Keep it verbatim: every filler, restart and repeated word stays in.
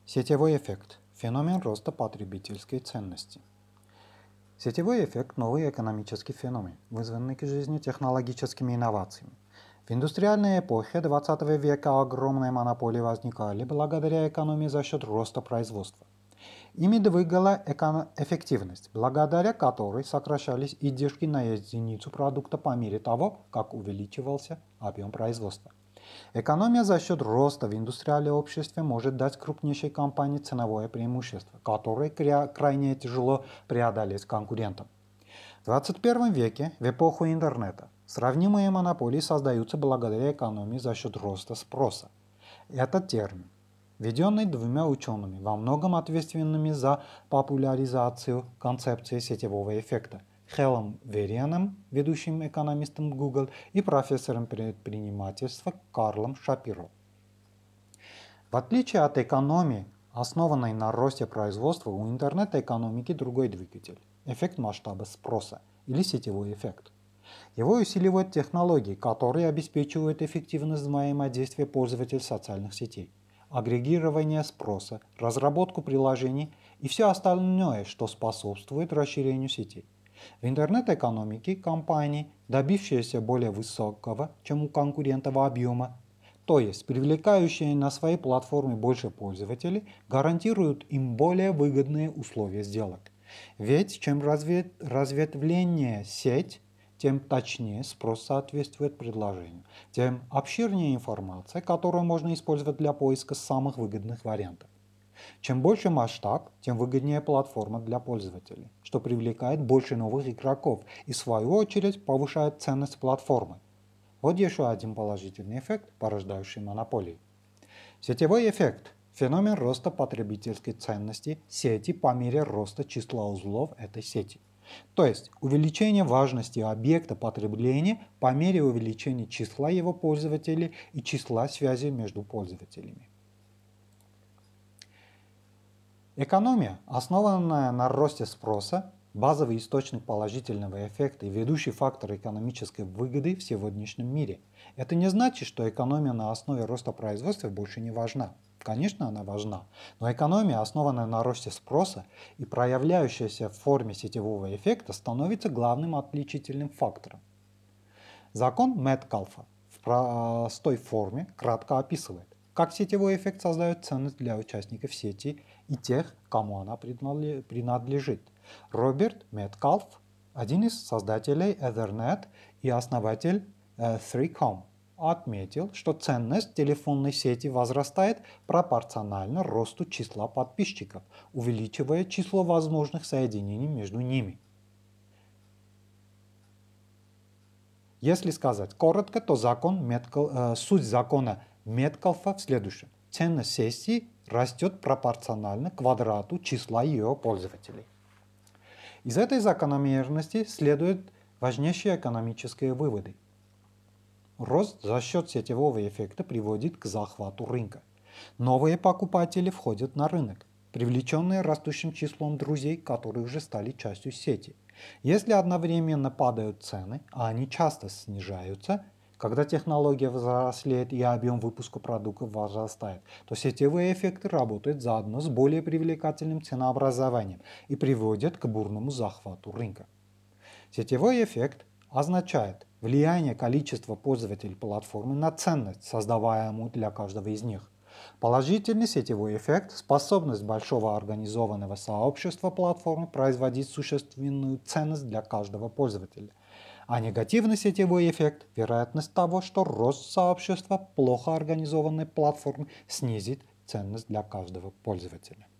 Сетевой эффект – феномен роста потребительской ценности. Сетевой эффект – новый экономический феномен, вызванный к жизни технологическими инновациями. В индустриальной эпохе двадцатого века огромные монополии возникали благодаря экономии за счет роста производства. Ими двигала эффективность, благодаря которой сокращались издержки на единицу продукта по мере того, как увеличивался объем производства. Экономия за счет роста в индустриальном обществе может дать крупнейшей компании ценовое преимущество, которое крайне тяжело преодолеть конкурентам. В двадцать первом веке, в эпоху интернета, сравнимые монополии создаются благодаря экономии за счет роста спроса. Этот термин, введенный двумя учеными, во многом ответственными за популяризацию концепции сетевого эффекта, Хеллом Верианом, ведущим экономистом Google, и профессором предпринимательства Карлом Шапиро. В отличие от экономии, основанной на росте производства, у интернет-экономики другой двигатель – эффект масштаба спроса или сетевой эффект. Его усиливают технологии, которые обеспечивают эффективность взаимодействия пользователей социальных сетей, агрегирование спроса, разработку приложений и все остальное, что способствует расширению сетей. В интернет-экономике компании, добившиеся более высокого, чем у конкурентов объема, то есть привлекающие на свои платформы больше пользователей, гарантируют им более выгодные условия сделок. Ведь чем разве... разветвленнее сеть, тем точнее спрос соответствует предложению, тем обширнее информация, которую можно использовать для поиска самых выгодных вариантов. Чем больше масштаб, тем выгоднее платформа для пользователей, что привлекает больше новых игроков и в свою очередь повышает ценность платформы. Вот еще один положительный эффект, порождающий монополии. Сетевой эффект – феномен роста потребительской ценности сети по мере роста числа узлов этой сети. То есть увеличение важности объекта потребления по мере увеличения числа его пользователей и числа связей между пользователями. Экономия, основанная на росте спроса, базовый источник положительного эффекта и ведущий фактор экономической выгоды в сегодняшнем мире. Это не значит, что экономия на основе роста производства больше не важна. Конечно, она важна, но экономия, основанная на росте спроса и проявляющаяся в форме сетевого эффекта, становится главным отличительным фактором. Закон Меткалфа в простой форме кратко описывает, как сетевой эффект создает ценность для участников сети и тех, кому она принадлежит. Роберт Меткалф, один из создателей Ethernet и основатель э, три ком, отметил, что ценность телефонной сети возрастает пропорционально росту числа подписчиков, увеличивая число возможных соединений между ними. Если сказать коротко, то закон Меткал, э, суть закона Меткалфа в следующем. Ценность сети растет пропорционально квадрату числа ее пользователей. Из этой закономерности следуют важнейшие экономические выводы. Рост за счет сетевого эффекта приводит к захвату рынка. Новые покупатели входят на рынок, привлеченные растущим числом друзей, которые уже стали частью сети. Если одновременно падают цены, а они часто снижаются, когда технология взрослеет и объем выпуска продуктов возрастает, то сетевые эффекты работают заодно с более привлекательным ценообразованием и приводят к бурному захвату рынка. Сетевой эффект означает влияние количества пользователей платформы на ценность, создаваемую для каждого из них. Положительный сетевой эффект – способность большого организованного сообщества платформы производить существенную ценность для каждого пользователя. А негативный сетевой эффект – вероятность того, что рост сообщества плохо организованной платформы снизит ценность для каждого пользователя.